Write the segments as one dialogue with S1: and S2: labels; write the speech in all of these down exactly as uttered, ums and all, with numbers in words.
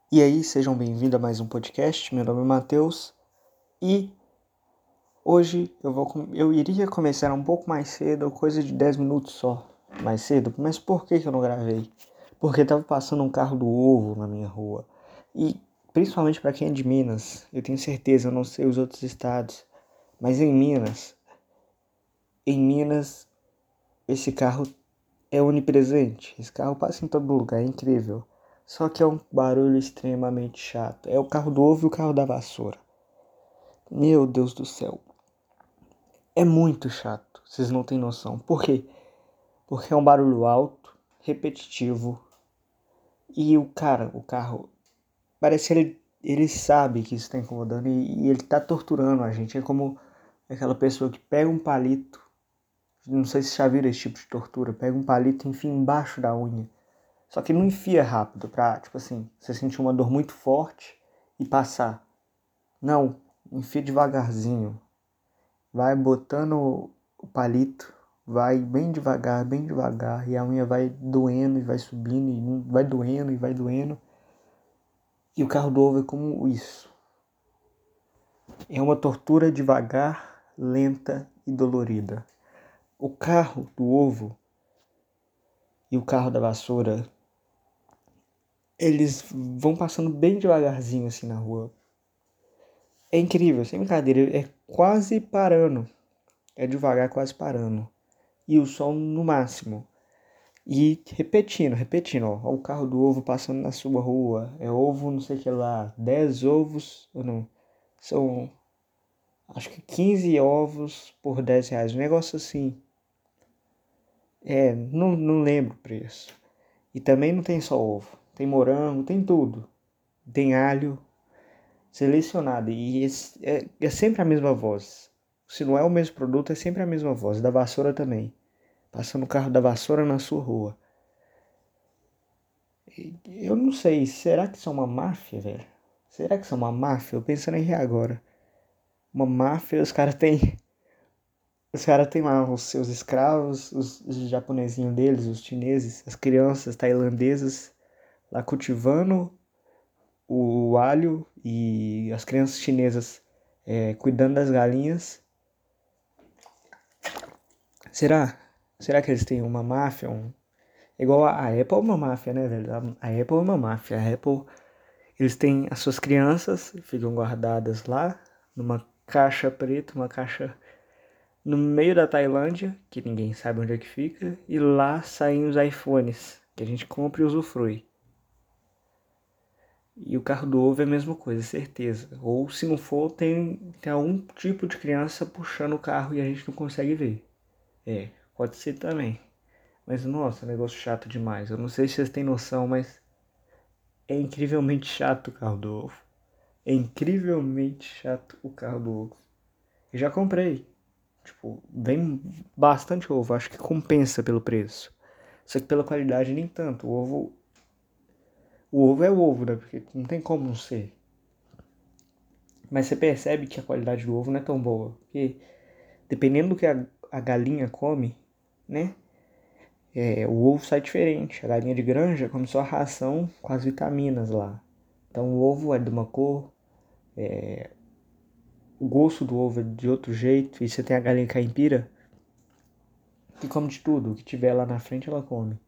S1: E aí, sejam bem-vindos a mais um podcast. Meu nome é Matheus e hoje eu vou com... eu iria começar um pouco mais cedo, coisa de dez minutos só, mais cedo. Mas por que que eu não gravei? Porque tava passando um carro do ovo na minha rua. E principalmente para quem é de Minas, eu tenho certeza, eu não sei os outros estados, mas em Minas, em Minas esse carro é onipresente. Esse carro passa em todo lugar, é incrível. Só que é um barulho extremamente chato. É o carro do ovo e o carro da vassoura. Meu Deus do céu. É muito chato. Vocês não têm noção. Por quê? Porque é um barulho alto, repetitivo. E o cara, o carro, parece que ele, ele sabe que isso está incomodando e, e ele tá torturando a gente. É como aquela pessoa que pega um palito. Não sei se já viram esse tipo de tortura. Pega um palito e enfia embaixo da unha. Só que não enfia rápido pra, tipo assim, você sentir uma dor muito forte e passar. Não, enfia devagarzinho. Vai botando o palito, vai bem devagar, bem devagar, e a unha vai doendo e vai subindo, e vai doendo e vai doendo. E o carro do ovo é como isso. É uma tortura devagar, lenta e dolorida. O carro do ovo e o carro da vassoura, eles vão passando bem devagarzinho assim na rua. É incrível, sem brincadeira, é quase parando. É devagar, quase parando. E o som no máximo. E repetindo, repetindo, ó, ó, o carro do ovo passando na sua rua. É ovo não sei o que lá, dez ovos, ou não, são acho que quinze ovos por dez reais. Um negócio assim. É, não, não lembro o preço. E também não tem só ovo. Tem morango, tem tudo. Tem alho selecionado. E esse- é, é sempre a mesma voz. Se não é o mesmo produto, é sempre a mesma voz. Da vassoura também. Passando o carro da vassoura na sua rua. Eu não sei, será que são uma máfia, velho? Será que são uma máfia? Eu pensando em rir agora. Uma máfia, os caras têm. Os caras têm lá os seus escravos, os, os japonesinhos deles, os chineses, as crianças tailandesas lá cultivando o alho e as crianças chinesas é, cuidando das galinhas. Será? Será que eles têm uma máfia? Um... Igual a, a Apple é uma máfia, né, velho? A, a Apple é uma máfia. A Apple, eles têm as suas crianças, ficam guardadas lá numa caixa preta, uma caixa no meio da Tailândia, que ninguém sabe onde é que fica, e lá saem os iPhones, que a gente compra e usufrui. E o carro do ovo é a mesma coisa, certeza. Ou se não for, tem, tem algum tipo de criança puxando o carro e a gente não consegue ver. É, pode ser também. Mas nossa, negócio chato demais. Eu não sei se vocês têm noção, mas é incrivelmente chato o carro do ovo. É incrivelmente chato o carro do ovo. Eu já comprei. Tipo, vem bastante ovo. Acho que compensa pelo preço. Só que pela qualidade nem tanto. O ovo. O ovo é o ovo, né? Porque não tem como não ser. Mas você percebe que a qualidade do ovo não é tão boa. Porque dependendo do que a, a galinha come, né? É, o ovo sai diferente. A galinha de granja come só a ração com as vitaminas lá. Então o ovo é de uma cor, o gosto do ovo é de outro jeito. E você tem a galinha caipira que come de tudo. O que tiver lá na frente ela come.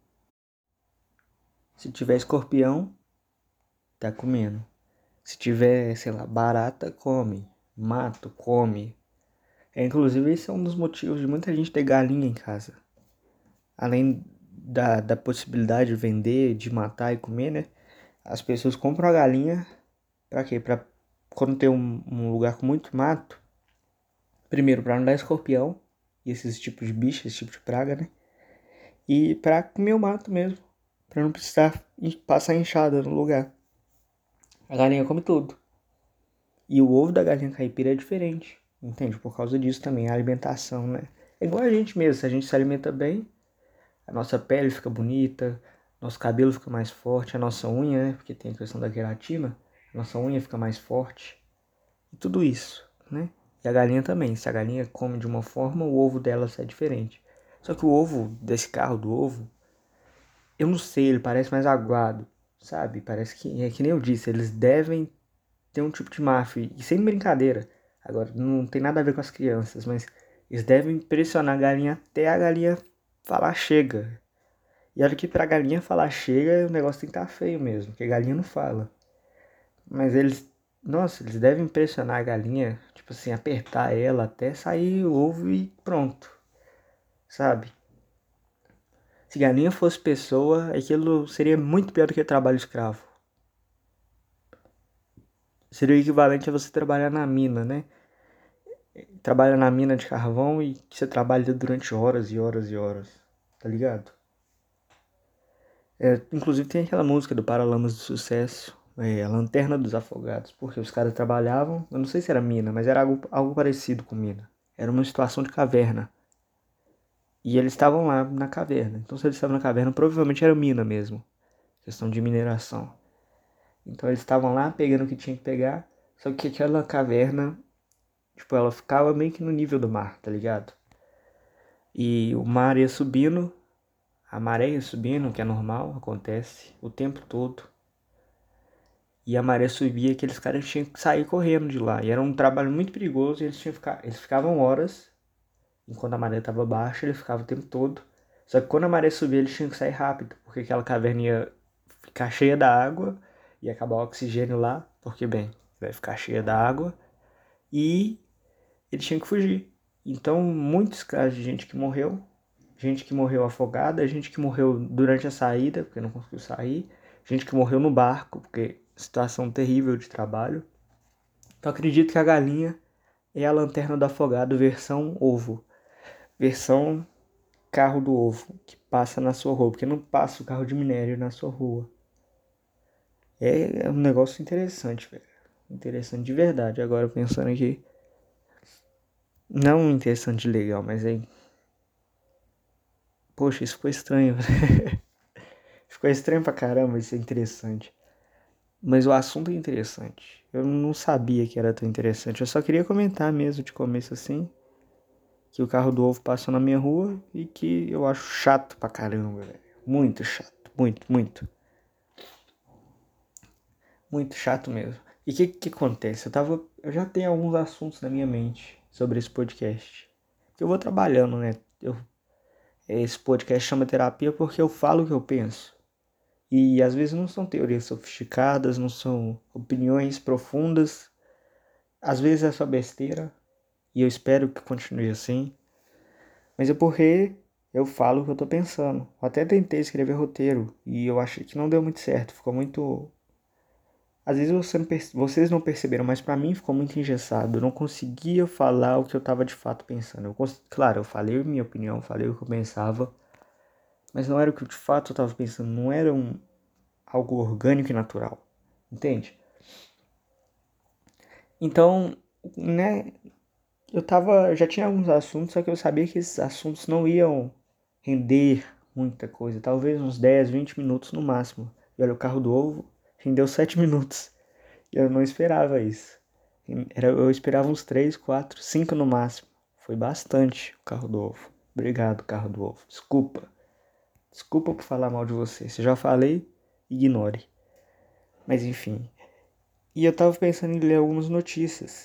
S1: Se tiver escorpião, tá comendo. Se tiver, sei lá, barata, come. Mato, come. É, inclusive, esse é um dos motivos de muita gente ter galinha em casa. Além da, da possibilidade de vender, de matar e comer, né? As pessoas compram a galinha pra quê? Pra quando tem um, um lugar com muito mato. Primeiro, pra não dar escorpião e esses tipos de bichos, esse tipo de praga, né? E pra comer o mato mesmo. Pra não precisar passar enxada no lugar. A galinha come tudo. E o ovo da galinha caipira é diferente, entende? Por causa disso também, a alimentação, né? É igual a gente mesmo, se a gente se alimenta bem, a nossa pele fica bonita, nosso cabelo fica mais forte, a nossa unha, né? Porque tem a questão da queratina, a nossa unha fica mais forte. E tudo isso, né? E a galinha também, se a galinha come de uma forma, o ovo dela é diferente. Só que o ovo desse carro do ovo, eu não sei, ele parece mais aguado. sabe? Parece que, é que nem eu disse, eles devem ter um tipo de máfia, e sem brincadeira. Agora, não tem nada a ver com as crianças, mas eles devem pressionar a galinha até a galinha falar chega. E olha que pra galinha falar chega, o negócio tem que estar feio mesmo, porque a galinha não fala. Mas eles, nossa, eles devem pressionar a galinha, tipo assim, apertar ela até sair o ovo e pronto, sabe? Se galinha fosse pessoa, aquilo seria muito pior do que trabalho escravo. Seria o equivalente a você trabalhar na mina, né? Trabalha na mina de carvão e você trabalha durante horas e horas e horas, tá ligado? É, inclusive tem aquela música do Paralamas do Sucesso, é, a Lanterna dos Afogados, porque os caras trabalhavam, eu não sei se era mina, mas era algo, algo parecido com mina. Era uma situação de caverna. E eles estavam lá na caverna. Então se eles estavam na caverna, provavelmente era mina mesmo. Questão de mineração. Então eles estavam lá pegando o que tinha que pegar, só que aquela caverna, tipo, ela ficava meio que no nível do mar, tá ligado? E o mar ia subindo, a maré ia subindo, que é normal, acontece o tempo todo. E a maré subia, aqueles caras tinham que sair correndo de lá. E era um trabalho muito perigoso, e eles, tinham que ficar, eles ficavam horas, enquanto a maré estava baixa, eles ficavam o tempo todo. Só que quando a maré subia, eles tinham que sair rápido, porque aquela caverna ia ficar cheia da água, ia acabar o oxigênio lá, porque, bem, vai ficar cheia da água, e eles tinham que fugir. Então, muitos casos de gente que morreu, gente que morreu afogada, gente que morreu durante a saída, porque não conseguiu sair, gente que morreu no barco, porque situação terrível de trabalho. Então, acredito que a galinha é a lanterna do afogado versão ovo, versão carro do ovo, que passa na sua rua, porque não passa o carro de minério na sua rua. É um negócio interessante, velho. Interessante de verdade. Agora pensando aqui. Não interessante e legal, mas é. Poxa, isso ficou estranho. Ficou estranho pra caramba, isso é interessante. Mas o assunto é interessante. Eu não sabia que era tão interessante. Eu só queria comentar mesmo de começo assim. Que o carro do ovo passou na minha rua e que eu acho chato pra caramba, velho. Muito chato. Muito, muito. Muito chato mesmo. E o que que acontece? Eu tava. Eu já tenho alguns assuntos na minha mente sobre esse podcast. Que eu vou trabalhando, né? Eu, esse podcast chama terapia porque eu falo o que eu penso. E às vezes não são teorias sofisticadas, não são opiniões profundas. Às vezes é só besteira. E eu espero que continue assim. Mas é porque eu falo o que eu tô pensando. Eu até tentei escrever roteiro. E eu achei que não deu muito certo. Ficou muito. Às vezes você não perce... vocês não perceberam, mas pra mim ficou muito engessado. Eu não conseguia falar o que eu tava de fato pensando. Eu cons... Claro, eu falei a minha opinião, falei o que eu pensava. Mas não era o que de fato eu tava pensando. Não era um... algo orgânico e natural. Entende? Então, né, eu tava, eu já tinha alguns assuntos, só que eu sabia que esses assuntos não iam render muita coisa, talvez uns dez, vinte minutos no máximo. E olha, o carro do ovo rendeu sete minutos. E eu não esperava isso. Era, eu esperava uns três, quatro, cinco no máximo. Foi bastante o carro do ovo. Obrigado, carro do ovo. Desculpa. Desculpa por falar mal de você. Se eu já falei, ignore. Mas enfim. E eu tava pensando em ler algumas notícias.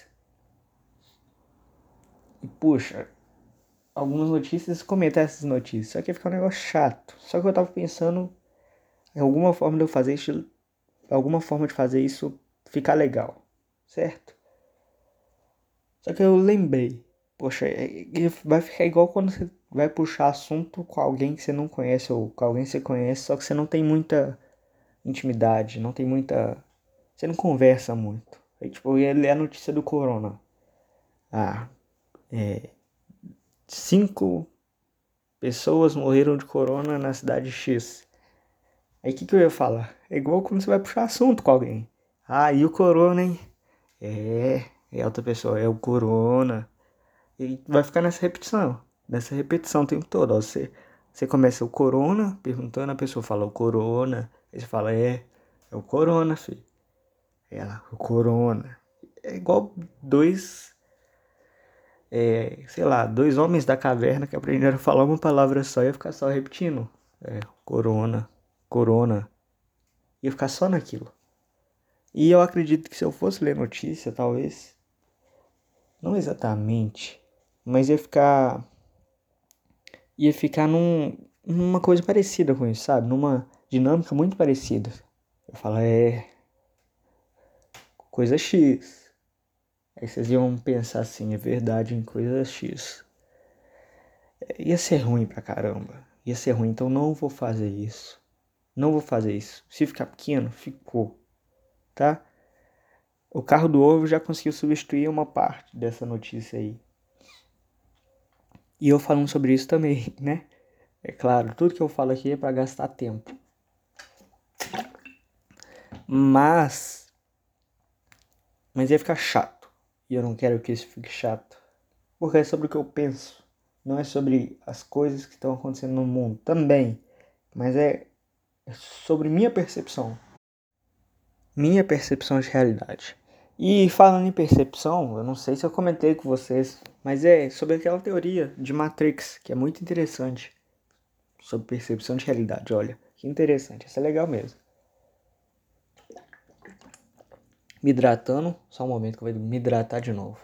S1: E puxa, algumas notícias, comentar essas notícias. Só que ia ficar um negócio chato. Só que eu tava pensando em alguma forma de eu fazer isso, alguma forma de fazer isso ficar legal, certo? Só que eu lembrei, poxa, é- é- vai ficar igual quando você vai puxar assunto com alguém que você não conhece ou com alguém que você conhece, só que você não tem muita intimidade, não tem muita, você não conversa muito. Aí, tipo, eu ia ler a notícia do corona. Ah, cinco pessoas morreram de corona na cidade X. Aí o que, que eu ia falar? É igual quando você vai puxar assunto com alguém. Ah, e o corona, hein? É, é outra pessoa, é o corona. E vai ficar nessa repetição. Nessa repetição o tempo todo. Ó. Você, você começa o corona, perguntando, a pessoa fala o corona. Aí você fala, é, é o corona, filho. Ela, o corona. É igual dois, é, sei lá, dois homens da caverna que aprenderam a falar uma palavra só e ia ficar só repetindo. É, corona, corona. Ia ficar só naquilo. E eu acredito que se eu fosse ler notícia, talvez, não exatamente, mas ia ficar, ia ficar num, numa coisa parecida com isso, sabe? Numa dinâmica muito parecida. Eu falo, é, coisa X. Aí vocês iam pensar assim, é verdade em coisa X. Ia ser ruim pra caramba. Ia ser ruim, então não vou fazer isso. Não vou fazer isso. Se ficar pequeno, ficou. Tá? O carro do ovo já conseguiu substituir uma parte dessa notícia aí. E eu falando sobre isso também, né? É claro, tudo que eu falo aqui é pra gastar tempo. Mas... Mas ia ficar chato. E eu não quero que isso fique chato. Porque é sobre o que eu penso. Não é sobre as coisas que estão acontecendo no mundo. Também. Mas é sobre minha percepção. Minha percepção de realidade. E falando em percepção, eu não sei se eu comentei com vocês, mas é sobre aquela teoria de Matrix, que é muito interessante. Sobre percepção de realidade, olha. Que interessante, isso é legal mesmo. Me hidratando, só um momento que eu vou me hidratar de novo.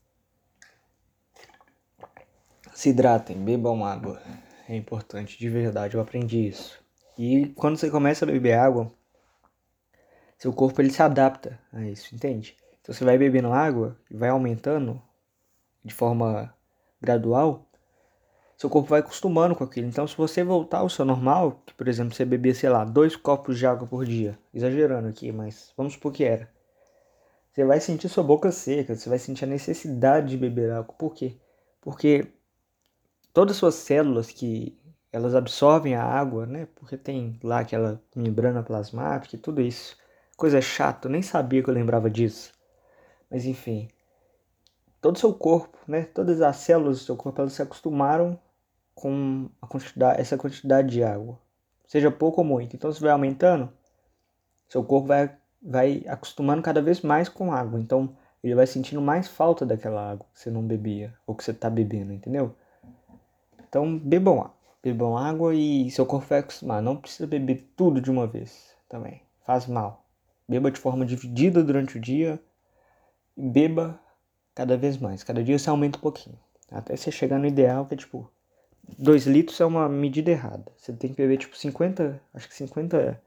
S1: Se hidratem, bebam água. É importante, de verdade, eu aprendi isso. E quando você começa a beber água, seu corpo ele se adapta a isso, entende? Então você vai bebendo água e vai aumentando de forma gradual, seu corpo vai acostumando com aquilo. Então se você voltar ao seu normal, que por exemplo você bebia, sei lá, dois copos de água por dia, exagerando aqui, mas vamos supor que era. Você vai sentir sua boca seca, você vai sentir a necessidade de beber água. Por quê? Porque todas as suas células que elas absorvem a água, né? Porque tem lá aquela membrana plasmática e tudo isso. Coisa chata, eu nem sabia que eu lembrava disso. Mas enfim, todo o seu corpo, né? Todas as células do seu corpo, elas se acostumaram com a quantidade, essa quantidade de água. Seja pouco ou muito. Então, se vai aumentando, seu corpo vai, vai acostumando cada vez mais com água. Então, ele vai sentindo mais falta daquela água que você não bebia, ou que você está bebendo, entendeu? Então, bebam água. Bebam água e seu corpo vai acostumar. Não precisa beber tudo de uma vez também. Faz mal. Beba de forma dividida durante o dia. E beba cada vez mais. Cada dia você aumenta um pouquinho. Até você chegar no ideal, que é tipo... dois litros é uma medida errada. Você tem que beber tipo cinquenta... Acho que cinquenta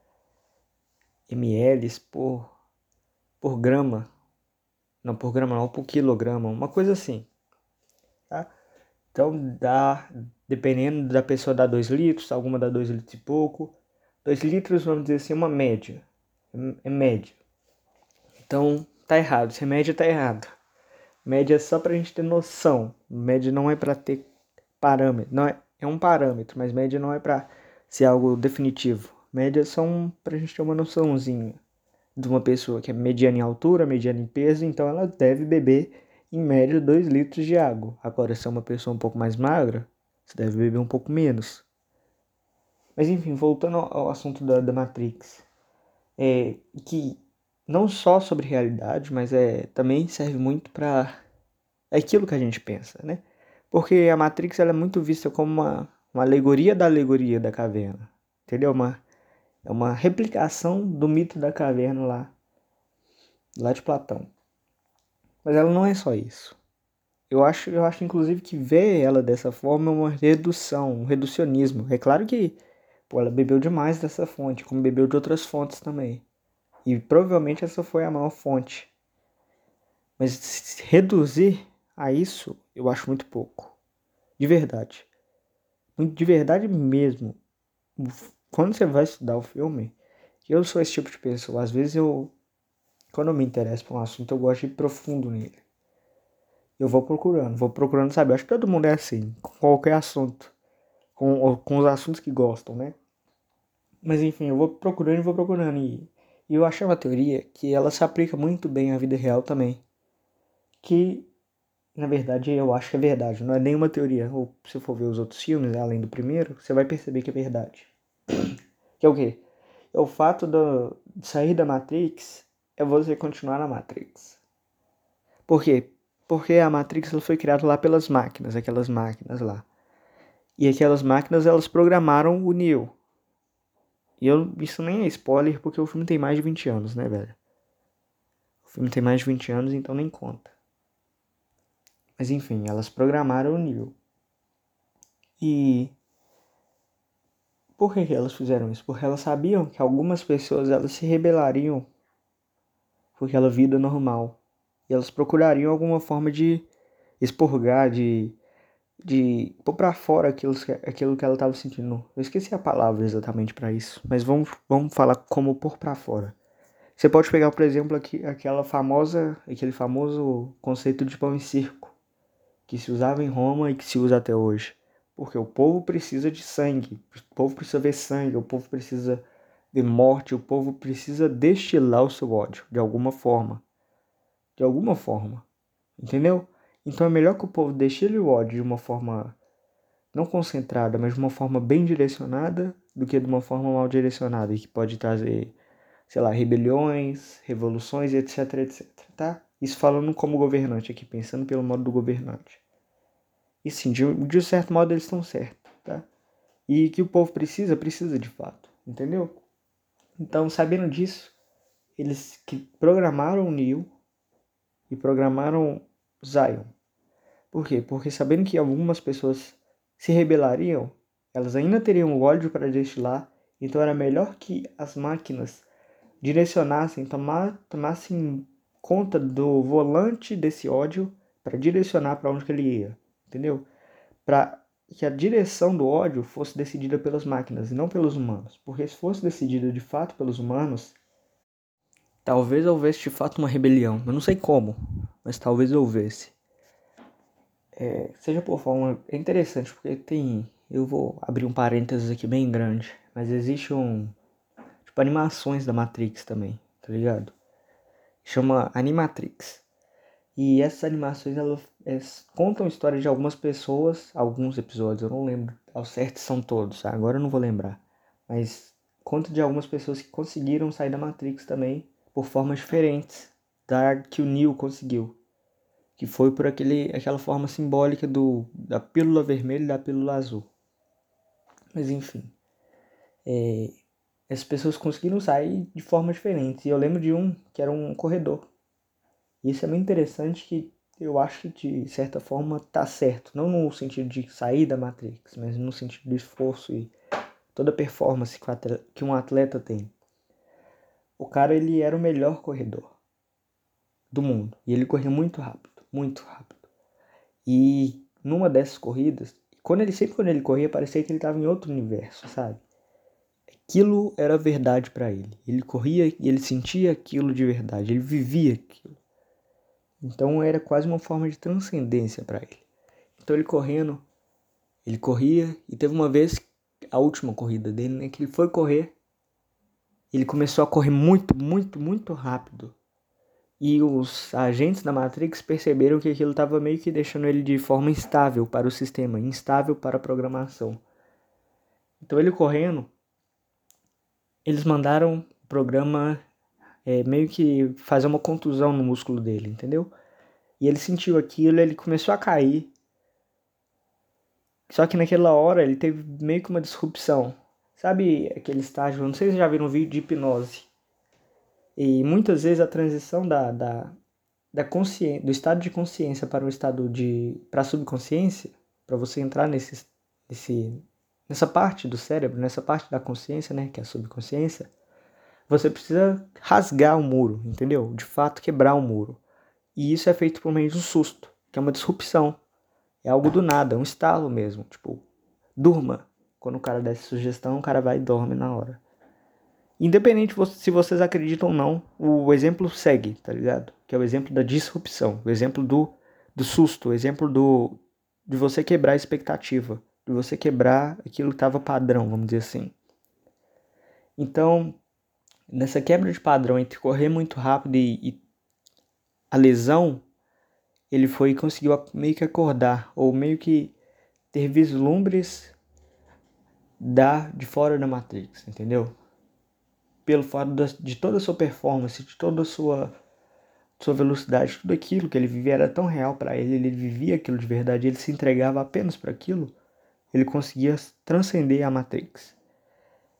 S1: ml por, por grama. Não, por grama não, por quilograma. Uma coisa assim. Tá? Então dá... Dependendo da pessoa dá dois litros, alguma dá dois litros e pouco. dois litros, vamos dizer assim, uma média. É média. Então, tá errado. Se é média, tá errado. Média é só pra gente ter noção. Média não é pra ter parâmetro. Não é, é um parâmetro, mas média não é pra ser algo definitivo. Média são pra gente ter uma noçãozinha de uma pessoa que é mediana em altura, mediana em peso, então ela deve beber em média dois litros de água. Agora, se é uma pessoa um pouco mais magra, você deve beber um pouco menos. Mas enfim, voltando ao assunto da, da Matrix. É que não só sobre realidade, mas é, também serve muito para aquilo que a gente pensa, né? Porque a Matrix ela é muito vista como uma, uma alegoria da alegoria da caverna, entendeu? Uma, é uma replicação do mito da caverna lá, lá de Platão. Mas ela não é só isso. Eu acho, eu acho inclusive que ver ela dessa forma é uma redução, um reducionismo. É claro que pô, ela bebeu demais dessa fonte, como bebeu de outras fontes também. E provavelmente essa foi a maior fonte. Mas reduzir a isso, eu acho muito pouco. De verdade. De verdade mesmo. Quando você vai estudar o filme, eu sou esse tipo de pessoa. Às vezes eu, quando eu me interesso por um assunto, eu gosto de ir profundo nele. Eu vou procurando, vou procurando, sabe? Eu acho que todo mundo é assim, com qualquer assunto. Com, com os assuntos que gostam, né? Mas enfim, eu vou procurando e vou procurando. E, e eu achei uma teoria que ela se aplica muito bem à vida real também. Que, na verdade, eu acho que é verdade. Não é nenhuma teoria. Ou se for ver os outros filmes, além do primeiro, você vai perceber que é verdade. Que é o quê? É o fato do, de sair da Matrix é você continuar na Matrix. Por quê? Porque a Matrix ela foi criada lá pelas máquinas, aquelas máquinas lá. E aquelas máquinas, elas programaram o Neo. E eu, isso nem é spoiler, porque o filme tem mais de vinte anos, né, velho? O filme tem mais de vinte anos, então nem conta. Mas enfim, elas programaram o Neo. E por que que elas fizeram isso? Porque elas sabiam que algumas pessoas elas se rebelariam por aquela vida normal. E elas procurariam alguma forma de expurgar, de, de pôr pra fora aquilo, aquilo que ela estava sentindo. Eu esqueci a palavra exatamente para isso, mas vamos, vamos falar como pôr pra fora. Você pode pegar, por exemplo, aqui, aquela famosa, aquele famoso conceito de pão e circo, que se usava em Roma e que se usa até hoje. Porque o povo precisa de sangue, o povo precisa ver sangue, o povo precisa de morte, o povo precisa destilar o seu ódio, de alguma forma. De alguma forma, entendeu? Então é melhor que o povo destile o ódio de uma forma não concentrada, mas de uma forma bem direcionada, do que de uma forma mal direcionada, e que pode trazer, sei lá, rebeliões, revoluções, etc, etc, tá? Isso falando como governante aqui, pensando pelo modo do governante. E sim, de, de certo modo eles estão certos, tá? E que o povo precisa, precisa de fato, entendeu? Então, sabendo disso, eles que programaram o Neo e programaram Zion. Por quê? Porque sabendo que algumas pessoas se rebelariam, elas ainda teriam ódio para destilar, então era melhor que as máquinas direcionassem, tomar, tomassem conta do volante desse ódio para direcionar para onde que ele ia, entendeu? Para que a direção do ódio fosse decidida pelas máquinas e não pelos humanos. Porque se fosse decidida de fato pelos humanos, talvez houvesse de fato uma rebelião. Eu não sei como, mas talvez houvesse. É, seja por forma... É interessante porque tem... Eu vou abrir um parênteses aqui bem grande. Mas existe um... Tipo, animações da Matrix também, tá ligado? Chama Animatrix. E essas animações, elas, elas contam a história de algumas pessoas, alguns episódios, eu não lembro ao certo são todos, agora eu não vou lembrar. Mas conta de algumas pessoas que conseguiram sair da Matrix também, por formas diferentes da que o Neo conseguiu. Que foi por aquele, aquela forma simbólica do, da pílula vermelha e da pílula azul. Mas enfim, é, essas pessoas conseguiram sair de formas diferentes. E eu lembro de um que era um corredor. E isso é muito interessante que eu acho que de certa forma tá certo. Não no sentido de sair da Matrix, mas no sentido do esforço e toda a performance que, atleta, que um atleta tem. O cara, ele era o melhor corredor do mundo. E ele corria muito rápido, muito rápido. E numa dessas corridas, quando ele, sempre quando ele corria, parecia que ele estava em outro universo, sabe? Aquilo era verdade para ele. Ele corria e ele sentia aquilo de verdade. Ele vivia aquilo. Então era quase uma forma de transcendência para ele. Então ele correndo, ele corria e teve uma vez, a última corrida dele, né, que ele foi correr, ele começou a correr muito, muito, muito rápido. E os agentes da Matrix perceberam que aquilo estava meio que deixando ele de forma instável para o sistema, instável para a programação. Então ele correndo, eles mandaram o programa é, meio que fazer uma contusão no músculo dele, entendeu? E ele sentiu aquilo, ele começou a cair. Só que naquela hora ele teve meio que uma disrupção. Sabe aquele estágio, não sei se vocês já viram um vídeo de hipnose. E muitas vezes a transição da, da, da consciência, do estado de consciência para o estado de... para a subconsciência, para você entrar nesse, nesse, nessa parte do cérebro, nessa parte da consciência, né, que é a subconsciência, você precisa rasgar o muro, entendeu? De fato, quebrar o muro. E isso é feito por meio de um susto, que é uma disrupção. É algo do nada, um estalo mesmo. Tipo, durma. Quando o cara dá essa sugestão, o cara vai e dorme na hora. Independente se vocês acreditam ou não, o exemplo segue, tá ligado? Que é o exemplo da disrupção, o exemplo do, do susto, o exemplo do, de você quebrar a expectativa, de você quebrar aquilo que estava padrão, vamos dizer assim. Então, nessa quebra de padrão entre correr muito rápido e, e a lesão, ele foi e conseguiu meio que acordar, ou meio que ter vislumbres da, de fora da Matrix, entendeu? Pelo fato de toda a sua performance, de toda a sua, sua velocidade, tudo aquilo que ele vivia era tão real para ele, ele vivia aquilo de verdade, ele se entregava apenas para aquilo, ele conseguia transcender a Matrix.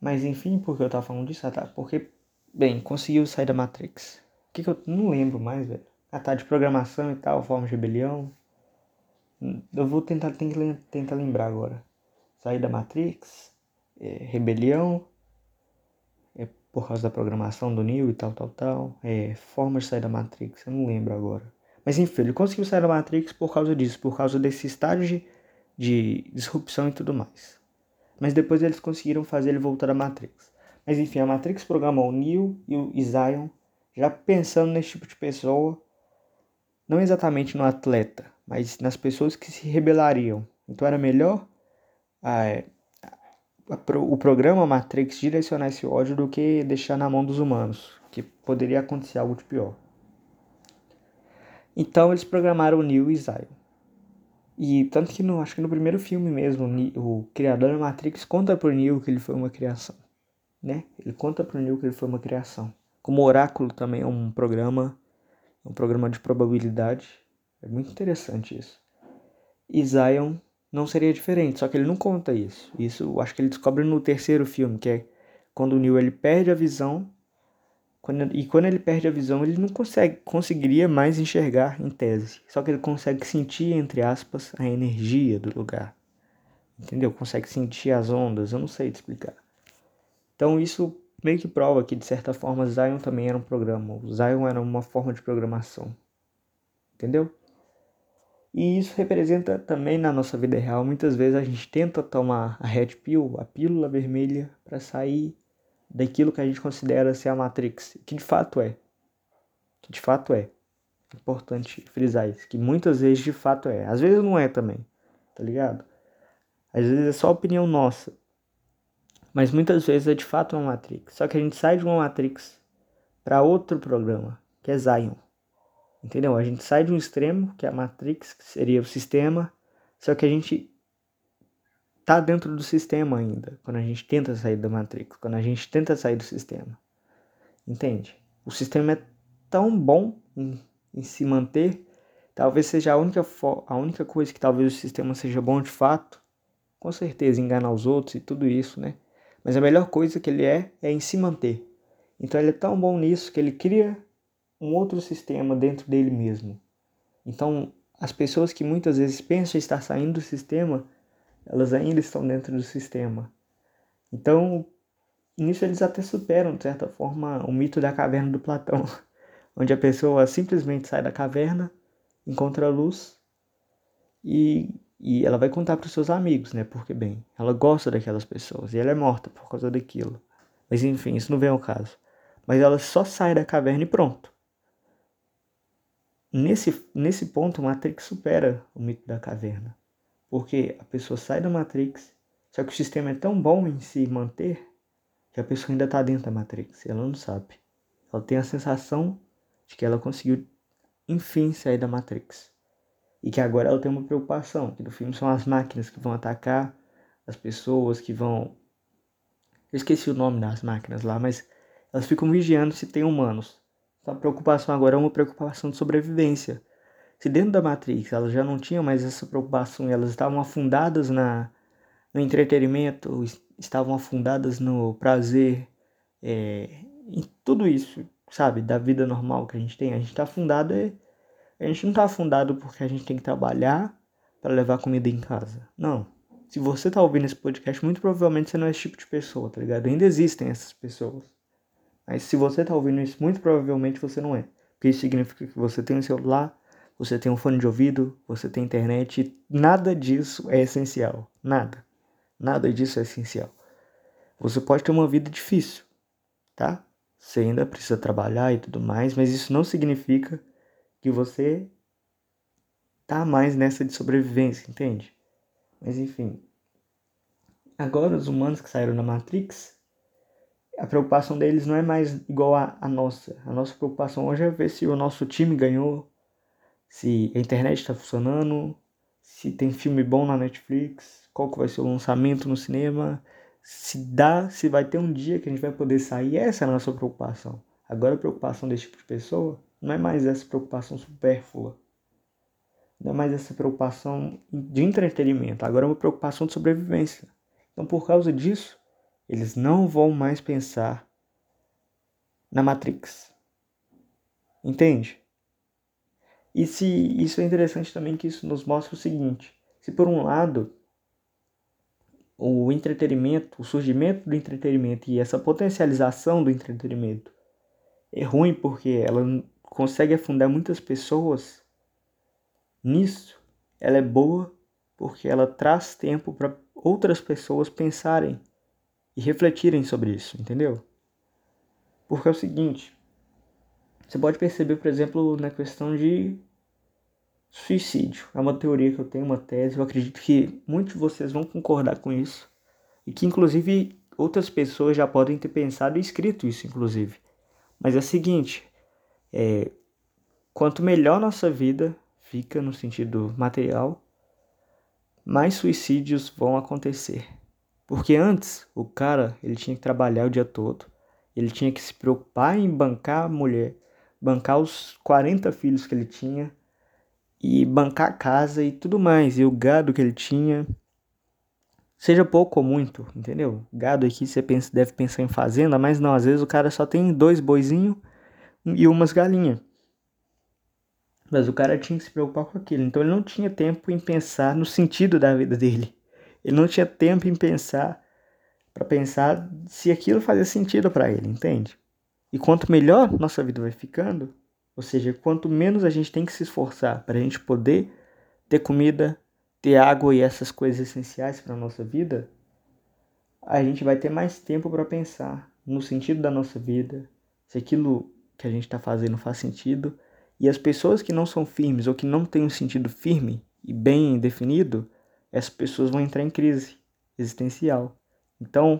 S1: Mas enfim, por que eu tava falando disso? Ah, tá. Porque, bem, conseguiu sair da Matrix. O que que eu não lembro mais, velho? Ah, tá, de programação e tal, forma de rebelião. Eu vou tentar, tem que tentar lembrar agora. Sair da Matrix, é, rebelião, é por causa da programação do Neo e tal, tal, tal. É, forma de sair da Matrix, eu não lembro agora. Mas enfim, ele conseguiu sair da Matrix por causa disso, por causa desse estágio de, de disrupção e tudo mais. Mas depois eles conseguiram fazer ele voltar à Matrix. Mas enfim, a Matrix programou o Neo e o Zion já pensando nesse tipo de pessoa, não exatamente no atleta, mas nas pessoas que se rebelariam. Então era melhor a, a, a, o programa Matrix direcionar esse ódio do que deixar na mão dos humanos, que poderia acontecer algo de pior. Então eles programaram o Neo e Zion. E tanto que no, acho que no primeiro filme mesmo, o, o criador da Matrix conta pro Neo que ele foi uma criação. Né? Ele conta pro Neo que ele foi uma criação. Como o Oráculo também é um programa, um programa de probabilidade. É muito interessante isso. E Zion não seria diferente, só que ele não conta isso. Isso eu acho que ele descobre no terceiro filme, que é quando o Neo ele perde a visão. Quando, e quando ele perde a visão, ele não consegue, conseguiria mais enxergar em tese. Só que ele consegue sentir, entre aspas, a energia do lugar. Entendeu? Consegue sentir as ondas, eu não sei te explicar. Então isso meio que prova que, de certa forma, Zion também era um programa. O Zion era uma forma de programação. Entendeu? E isso representa também na nossa vida real. Muitas vezes a gente tenta tomar a Red Pill, a pílula vermelha, para sair daquilo que a gente considera ser a Matrix. Que de fato é. Que de fato é. Importante frisar isso. Que muitas vezes de fato é. Às vezes não é também. Tá ligado? Às vezes é só opinião nossa. Mas muitas vezes é de fato uma Matrix. Só que a gente sai de uma Matrix para outro programa, que é Zion. Entendeu? A gente sai de um extremo, que é a Matrix, que seria o sistema, só que a gente tá dentro do sistema ainda, quando a gente tenta sair da Matrix, quando a gente tenta sair do sistema. Entende? O sistema é tão bom em, em se manter, talvez seja a única, fo- a única coisa que talvez o sistema seja bom de fato, com certeza enganar os outros e tudo isso, né? Mas a melhor coisa que ele é, é em se manter. Então ele é tão bom nisso que ele cria um outro sistema dentro dele mesmo. Então, as pessoas que muitas vezes pensam estar saindo do sistema, elas ainda estão dentro do sistema. Então, nisso eles até superam, de certa forma, o mito da caverna do Platão, onde a pessoa simplesmente sai da caverna, encontra a luz e, e ela vai contar para os seus amigos, né? Porque, bem, ela gosta daquelas pessoas e ela é morta por causa daquilo. Mas, enfim, isso não vem ao caso. Mas ela só sai da caverna e pronto. Nesse, nesse ponto, Matrix supera o mito da caverna. Porque a pessoa sai da Matrix, só que o sistema é tão bom em se manter que a pessoa ainda está dentro da Matrix e ela não sabe. Ela tem a sensação de que ela conseguiu, enfim, sair da Matrix. E que agora ela tem uma preocupação, que no filme são as máquinas que vão atacar as pessoas, que vão... Eu esqueci o nome das máquinas lá, mas elas ficam vigiando se tem humanos. Então a preocupação agora é uma preocupação de sobrevivência. Se dentro da Matrix elas já não tinham mais essa preocupação e elas estavam afundadas na, no entretenimento, estavam afundadas no prazer, é, em tudo isso, sabe, da vida normal que a gente tem. A gente está afundado, é, a gente não está afundado porque a gente tem que trabalhar para levar comida em casa. Não. Se você tá ouvindo esse podcast, muito provavelmente você não é esse tipo de pessoa, tá ligado? Ainda existem essas pessoas. Mas se você tá ouvindo isso, muito provavelmente você não é. Porque isso significa que você tem um celular, você tem um fone de ouvido, você tem internet, e nada disso é essencial. Nada. Nada disso é essencial. Você pode ter uma vida difícil, tá? Você ainda precisa trabalhar e tudo mais, mas isso não significa que você tá mais nessa de sobrevivência, entende? Mas enfim. Agora os humanos que saíram da Matrix, a preocupação deles não é mais igual a, a nossa. A nossa preocupação hoje é ver se o nosso time ganhou, se a internet está funcionando, se tem filme bom na Netflix, qual que vai ser o lançamento no cinema, se dá, se vai ter um dia que a gente vai poder sair. Essa é a nossa preocupação. Agora a preocupação desse tipo de pessoa não é mais essa preocupação supérflua, não é mais essa preocupação de entretenimento, agora é uma preocupação de sobrevivência. Então por causa disso, Eles não vão mais pensar na Matrix. Entende? E se isso é interessante também, que isso nos mostra o seguinte: se por um lado o entretenimento, o surgimento do entretenimento e essa potencialização do entretenimento é ruim porque ela consegue afundar muitas pessoas nisso, ela é boa porque ela traz tempo para outras pessoas pensarem e refletirem sobre isso, entendeu? Porque é o seguinte, você pode perceber, por exemplo, na questão de suicídio. É uma teoria que eu tenho, uma tese, eu acredito que muitos de vocês vão concordar com isso. E que, inclusive, outras pessoas já podem ter pensado e escrito isso, inclusive. Mas é o seguinte, é, quanto melhor nossa vida fica no sentido material, mais suicídios vão acontecer. Porque antes, o cara, ele tinha que trabalhar o dia todo, ele tinha que se preocupar em bancar a mulher, bancar os quarenta filhos que ele tinha, e bancar a casa e tudo mais, e o gado que ele tinha, seja pouco ou muito, entendeu? Gado aqui você pensa, deve pensar em fazenda, mas não, às vezes o cara só tem dois boizinhos e umas galinhas. Mas o cara tinha que se preocupar com aquilo, então ele não tinha tempo em pensar no sentido da vida dele. Ele não tinha tempo em pensar, para pensar se aquilo fazia sentido para ele, entende? E quanto melhor nossa vida vai ficando, ou seja, quanto menos a gente tem que se esforçar para a gente poder ter comida, ter água e essas coisas essenciais para a nossa vida, a gente vai ter mais tempo para pensar no sentido da nossa vida, se aquilo que a gente está fazendo faz sentido. E as pessoas que não são firmes ou que não têm um sentido firme e bem definido, essas pessoas vão entrar em crise existencial. Então,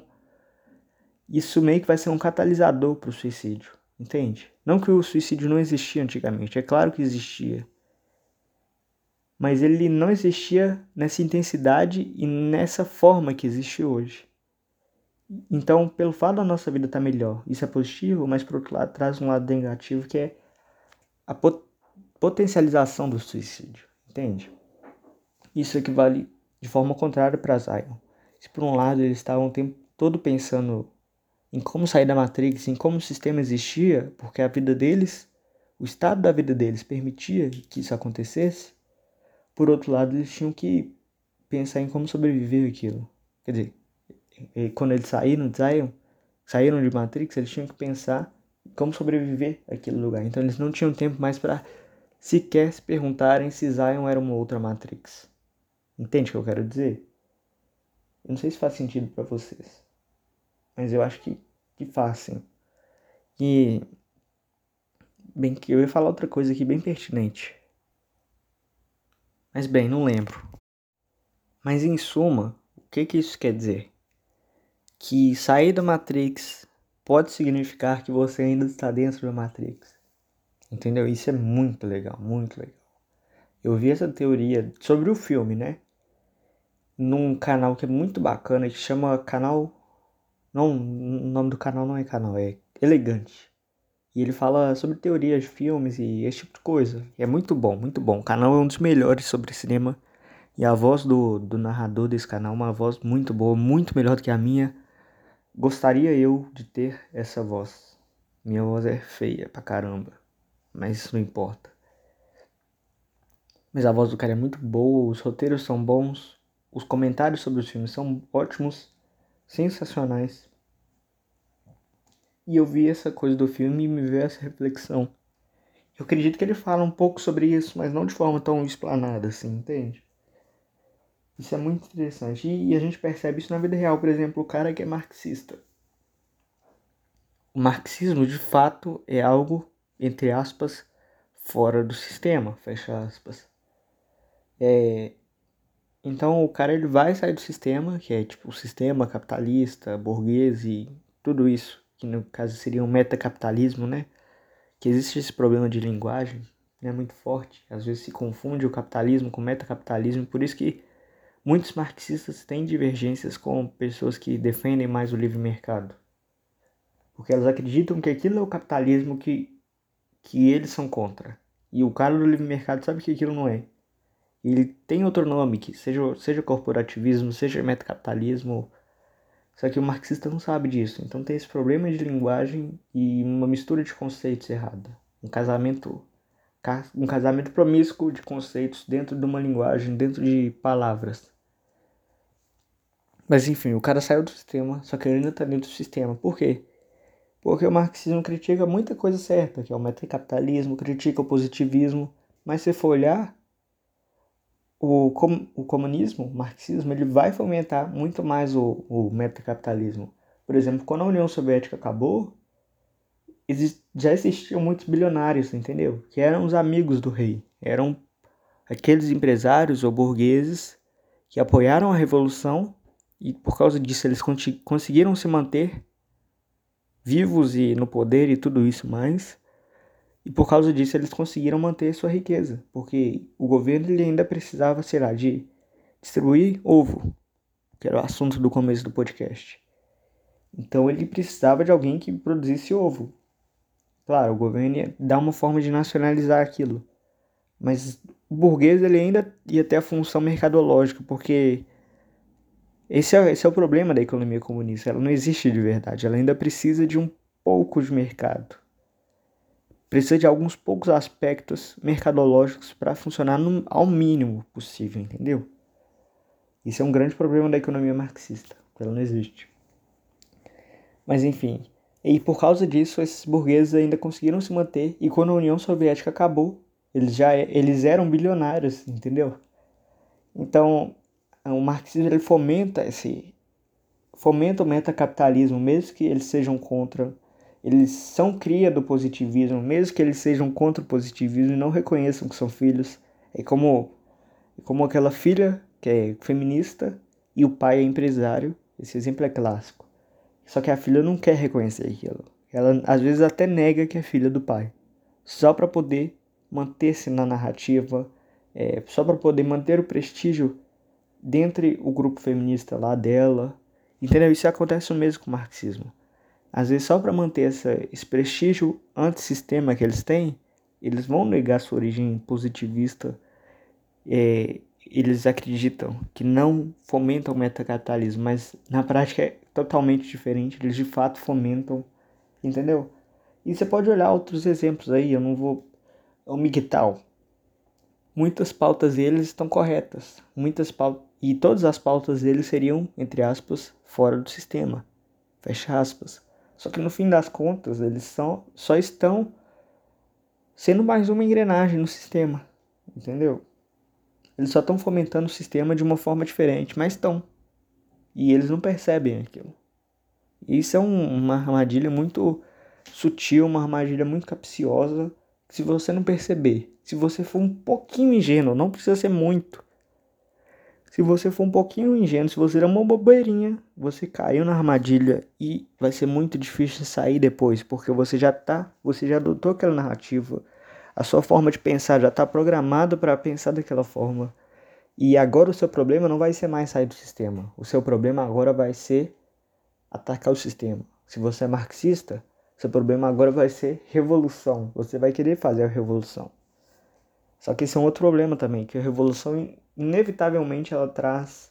S1: isso meio que vai ser um catalisador para o suicídio, entende? Não que o suicídio não existia antigamente, é claro que existia. Mas ele não existia nessa intensidade e nessa forma que existe hoje. Então, pelo fato da nossa vida estar melhor, isso é positivo, mas por outro lado traz um lado negativo, que é a pot- potencialização do suicídio, entende? Isso equivale de forma contrária para Zion. Se por um lado eles estavam o tempo todo pensando em como sair da Matrix, em como o sistema existia, porque a vida deles, o estado da vida deles permitia que isso acontecesse, por outro lado eles tinham que pensar em como sobreviver aquilo. Quer dizer, quando eles saíram de Zion, saíram de Matrix, eles tinham que pensar em como sobreviver àquele lugar. Então eles não tinham tempo mais para sequer se perguntarem se Zion era uma outra Matrix. Entende o que eu quero dizer? Eu não sei se faz sentido para vocês, mas eu acho que, que faz, sim. E, bem, que eu ia falar outra coisa aqui bem pertinente. Mas bem, não lembro. Mas em suma, o que que isso quer dizer? Que sair da Matrix pode significar que você ainda está dentro da Matrix. Entendeu? Isso é muito legal, muito legal. Eu vi essa teoria sobre o filme, né? Num canal que é muito bacana, que chama canal... Não, o nome do canal não é canal, é Elegante. E ele fala sobre teorias de filmes e esse tipo de coisa. E é muito bom, muito bom. O canal é um dos melhores sobre cinema. E a voz do, do narrador desse canal é uma voz muito boa, muito melhor do que a minha. Gostaria eu de ter essa voz. Minha voz é feia pra caramba, mas isso não importa. Mas a voz do cara é muito boa, os roteiros são bons, os comentários sobre os filmes são ótimos, sensacionais. E eu vi essa coisa do filme e me veio essa reflexão. Eu acredito que ele fala um pouco sobre isso, mas não de forma tão explanada assim, entende? Isso é muito interessante. E a gente percebe isso na vida real. Por exemplo, o cara que é marxista. O marxismo, de fato, é algo, entre aspas, fora do sistema, fecha aspas. É... Então o cara ele vai sair do sistema, que é tipo o sistema capitalista, burguês e tudo isso, que no caso seria um metacapitalismo, né? Que existe esse problema de linguagem, né, muito forte. Às vezes se confunde o capitalismo com o metacapitalismo, por isso que muitos marxistas têm divergências com pessoas que defendem mais o livre mercado. Porque elas acreditam que aquilo é o capitalismo que, que eles são contra. E o cara do livre mercado sabe que aquilo não é. Ele tem outro nome, que seja, seja corporativismo, seja metacapitalismo, Só que o marxista não sabe disso. Então tem esse problema de linguagem e uma mistura de conceitos errada. Um casamento, um casamento promíscuo de conceitos dentro de uma linguagem, dentro de palavras. Mas enfim, o cara saiu do sistema, só que ele ainda tá dentro do sistema. Por quê? Porque o marxismo critica muita coisa certa, que é o metricapitalismo, critica o positivismo. Mas se for olhar, o, com, o comunismo, o marxismo, ele vai fomentar muito mais o, o metricapitalismo. Por exemplo, quando a União Soviética acabou, já existiam muitos bilionários, entendeu? Que eram os amigos do rei. Eram aqueles empresários ou burgueses que apoiaram a revolução e por causa disso eles conseguiram se manter vivos e no poder e tudo isso mais. E por causa disso eles conseguiram manter sua riqueza, porque o governo ele ainda precisava, sei lá, de distribuir ovo, que era o assunto do começo do podcast. Então ele precisava de alguém que produzisse ovo. Claro, o governo ia dar uma forma de nacionalizar aquilo, mas o burguês ele ainda ia ter a função mercadológica, porque esse é, esse é o problema da economia comunista, ela não existe de verdade, ela ainda precisa de um pouco de mercado. Precisa de alguns poucos aspectos mercadológicos para funcionar no, ao mínimo possível, entendeu? Isso é um grande problema da economia marxista, ela não existe. Mas enfim, e por causa disso, esses burgueses ainda conseguiram se manter, e quando a União Soviética acabou, eles já eles eram bilionários, entendeu? Então, o marxismo ele fomenta esse fomenta o metacapitalismo, mesmo que eles sejam contra. Eles são cria do positivismo, mesmo que eles sejam contra o positivismo e não reconheçam que são filhos. É como, é como aquela filha que é feminista e o pai é empresário. Esse exemplo é clássico. Só que a filha não quer reconhecer aquilo. Ela às vezes até nega que é filha do pai. Só para poder manter-se na narrativa, é, só para poder manter o prestígio dentre o grupo feminista lá dela. Entendeu? Isso acontece o mesmo com o marxismo. Às vezes, só para manter essa, esse prestígio antissistema que eles têm, eles vão negar sua origem positivista. É, eles acreditam que não fomentam o metacapitalismo, mas na prática é totalmente diferente. Eles de fato fomentam, entendeu? E você pode olhar outros exemplos aí, eu não vou... O Miguel. Muitas pautas deles estão corretas. Muitas pautas... E todas as pautas deles seriam, entre aspas, fora do sistema. Fecha aspas. Só que no fim das contas, eles são, só estão sendo mais uma engrenagem no sistema, entendeu? Eles só estão fomentando o sistema de uma forma diferente, mas estão. E eles não percebem aquilo. Isso é um, uma armadilha muito sutil, uma armadilha muito capciosa, que se você não perceber, se você for um pouquinho ingênuo, não precisa ser muito, se você for um pouquinho ingênuo, se você der uma bobeirinha, você caiu na armadilha e vai ser muito difícil sair depois, porque você já tá, você já adotou aquela narrativa, a sua forma de pensar já está programada para pensar daquela forma. E agora o seu problema não vai ser mais sair do sistema. O seu problema agora vai ser atacar o sistema. Se você é marxista, seu problema agora vai ser revolução. Você vai querer fazer a revolução. Só que esse é um outro problema também, que a revolução inevitavelmente ela traz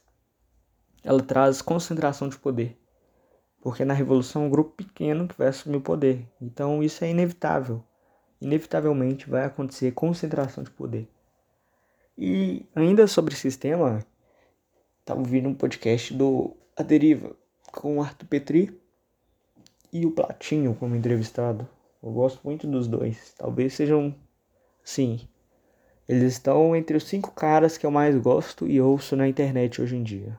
S1: ela traz concentração de poder. Porque na revolução é um grupo pequeno que vai assumir o poder. Então isso é inevitável. Inevitavelmente vai acontecer concentração de poder. E ainda sobre sistema, estava ouvindo um podcast do A Deriva com o Arthur Petri e o Platinho como entrevistado. Eu gosto muito dos dois. Talvez sejam, sim, eles estão entre os cinco caras que eu mais gosto e ouço na internet hoje em dia.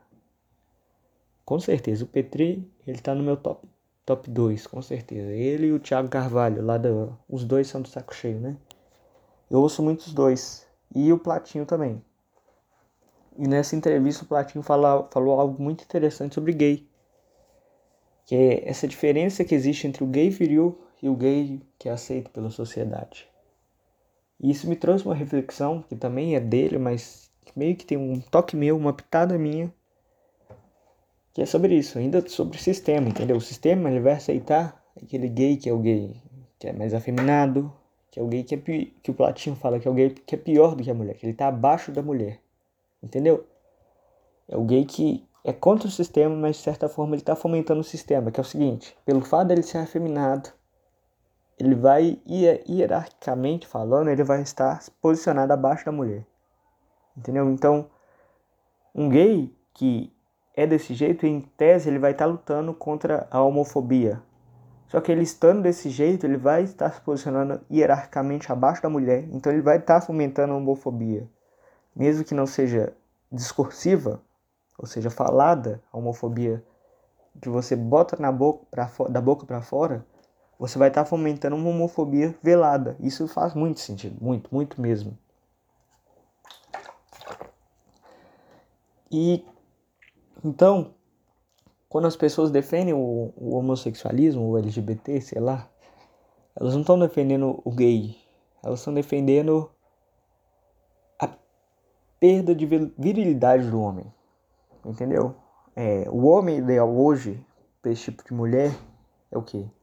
S1: Com certeza, o Petri, ele tá no meu top, top dois, com certeza. Ele e o Thiago Carvalho, lá do, os dois são do saco cheio, né? Eu ouço muito os dois. E o Platinho também. E nessa entrevista o Platinho fala, falou algo muito interessante sobre gay. Que é essa diferença que existe entre o gay viril e o gay que é aceito pela sociedade. E isso me trouxe uma reflexão, que também é dele, mas meio que tem um toque meu, uma pitada minha, que é sobre isso, ainda sobre o sistema, entendeu? O sistema ele vai aceitar aquele gay que é o gay que é mais afeminado, que é o gay que, é pi... que o Platinho fala que é o gay que é pior do que a mulher, que ele tá abaixo da mulher, entendeu? É o gay que é contra o sistema, mas de certa forma ele está fomentando o sistema, que é o seguinte: pelo fato dele ser afeminado, ele vai, hierarquicamente falando, ele vai estar posicionado abaixo da mulher. Entendeu? Então, um gay que é desse jeito, em tese, ele vai estar lutando contra a homofobia. Só que ele estando desse jeito, ele vai estar se posicionando hierarquicamente abaixo da mulher. Então ele vai estar fomentando a homofobia. Mesmo que não seja discursiva, ou seja, falada, a homofobia que você bota na boca pra fo- da boca para fora, você vai estar fomentando uma homofobia velada. Isso faz muito sentido, muito, muito mesmo. E então, quando as pessoas defendem o, o homossexualismo, o L G B T, sei lá, elas não estão defendendo o gay, elas estão defendendo a perda de virilidade do homem, entendeu? É, o homem ideal hoje, para esse tipo de mulher, é o quê?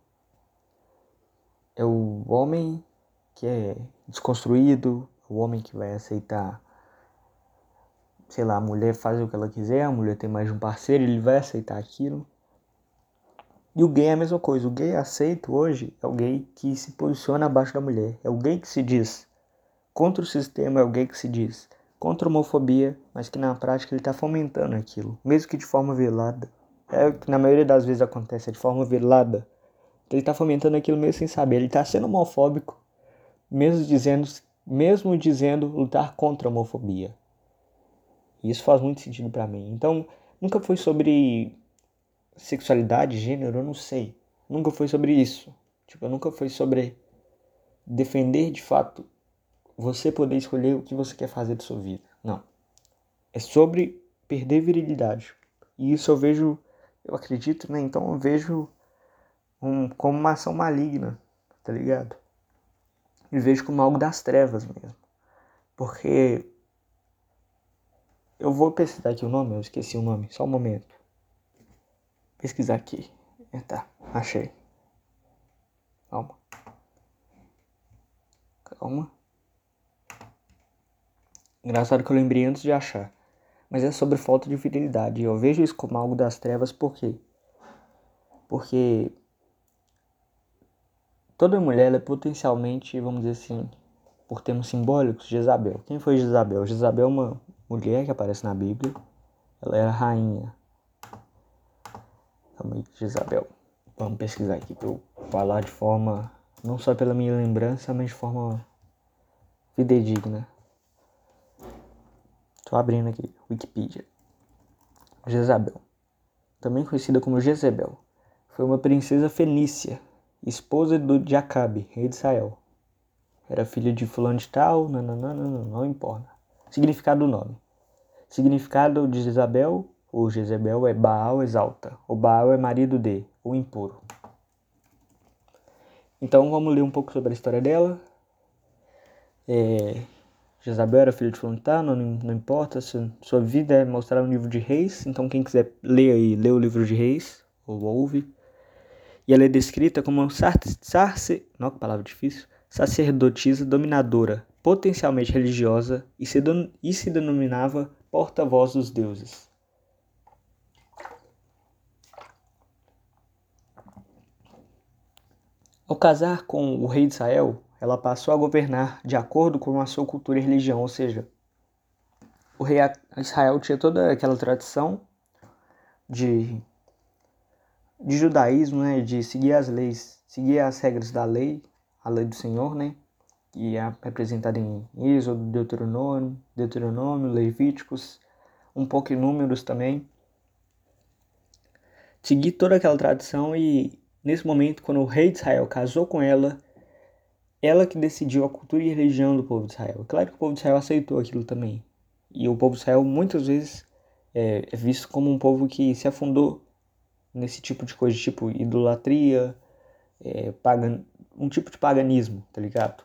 S1: É o homem que é desconstruído, o homem que vai aceitar, sei lá, a mulher faz o que ela quiser, a mulher tem mais de um parceiro, ele vai aceitar aquilo. E o gay é a mesma coisa, o gay aceito hoje é o gay que se posiciona abaixo da mulher, é o gay que se diz contra o sistema, é o gay que se diz contra a homofobia, mas que na prática ele está fomentando aquilo, mesmo que de forma velada. É o que na maioria das vezes acontece, é de forma velada. Ele está fomentando aquilo mesmo sem saber, ele está sendo homofóbico, mesmo dizendo, mesmo dizendo lutar contra a homofobia. E isso faz muito sentido para mim. Então, nunca foi sobre sexualidade, gênero, eu não sei. Nunca foi sobre isso. Tipo, nunca foi sobre defender de fato você poder escolher o que você quer fazer da sua vida. Não. É sobre perder virilidade. E isso eu vejo, eu acredito, né? Então eu vejo um, como uma ação maligna, tá ligado? E vejo como algo das trevas mesmo. Porque eu vou pesquisar aqui o nome, eu esqueci o nome, só um momento. Pesquisar aqui. É, tá, achei. Calma. Calma. Engraçado que eu lembrei antes de achar. Mas é sobre falta de fidelidade. Eu vejo isso como algo das trevas, por quê? Porque toda mulher ela é potencialmente, vamos dizer assim, por termos simbólicos, Jezabel. Quem foi Jezabel? Jezabel é uma mulher que aparece na Bíblia. Ela era rainha. Calma aí, Jezabel. Vamos pesquisar aqui para eu falar de forma, não só pela minha lembrança, mas de forma fidedigna. Tô abrindo aqui, Wikipedia. Jezabel, também conhecida como Jezebel, foi uma princesa fenícia, esposa do de Acabe, rei de Israel. Era filha de fulano de tal, nananana, não, não importa. Significado do nome. Significado de Jezabel, ou Jezebel, é Baal exalta, ou Baal é marido de, ou impuro. Então vamos ler um pouco sobre a história dela. É, Jezabel era filha de fulano de tal, não, não importa, sua, sua vida é mostrar um livro de reis, então quem quiser ler aí, lê o livro de reis, ou ouve. E ela é descrita como uma sarce, não, que palavra difícil, sacerdotisa dominadora, potencialmente religiosa, e se, don, e se denominava porta-voz dos deuses. Ao casar com o rei de Israel, ela passou a governar de acordo com a sua cultura e religião, ou seja, o rei de Israel tinha toda aquela tradição de, de judaísmo, né, de seguir as leis, seguir as regras da lei, a lei do Senhor, né, que é representada em Êxodo, Deuteronômio, Deuteronômio, Levíticos, um pouco em Números também. Seguir toda aquela tradição e, nesse momento, quando o rei de Israel casou com ela, ela que decidiu a cultura e a religião do povo de Israel. Claro que o povo de Israel aceitou aquilo também. E o povo de Israel, muitas vezes, é, é visto como um povo que se afundou nesse tipo de coisa, tipo idolatria, é, pagan... um tipo de paganismo, tá ligado?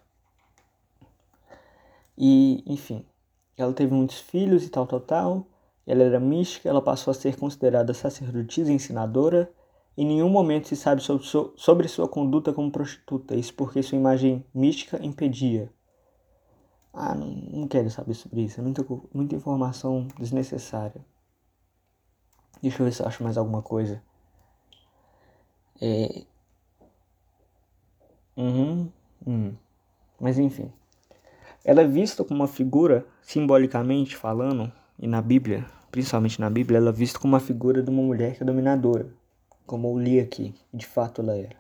S1: E, enfim, ela teve muitos filhos e tal, tal, tal. Ela era mística, ela passou a ser considerada sacerdotisa e ensinadora. Em nenhum momento se sabe sobre, sobre sua conduta como prostituta, isso porque sua imagem mística impedia. Ah, não, não quero saber sobre isso, é muita, muita informação desnecessária. Deixa eu ver se eu acho mais alguma coisa. É... Uhum, uhum. Mas enfim. Ela é vista como uma figura, simbolicamente falando, e na Bíblia, principalmente na Bíblia, ela é vista como uma figura de uma mulher que é dominadora. Como eu li aqui, de fato ela era.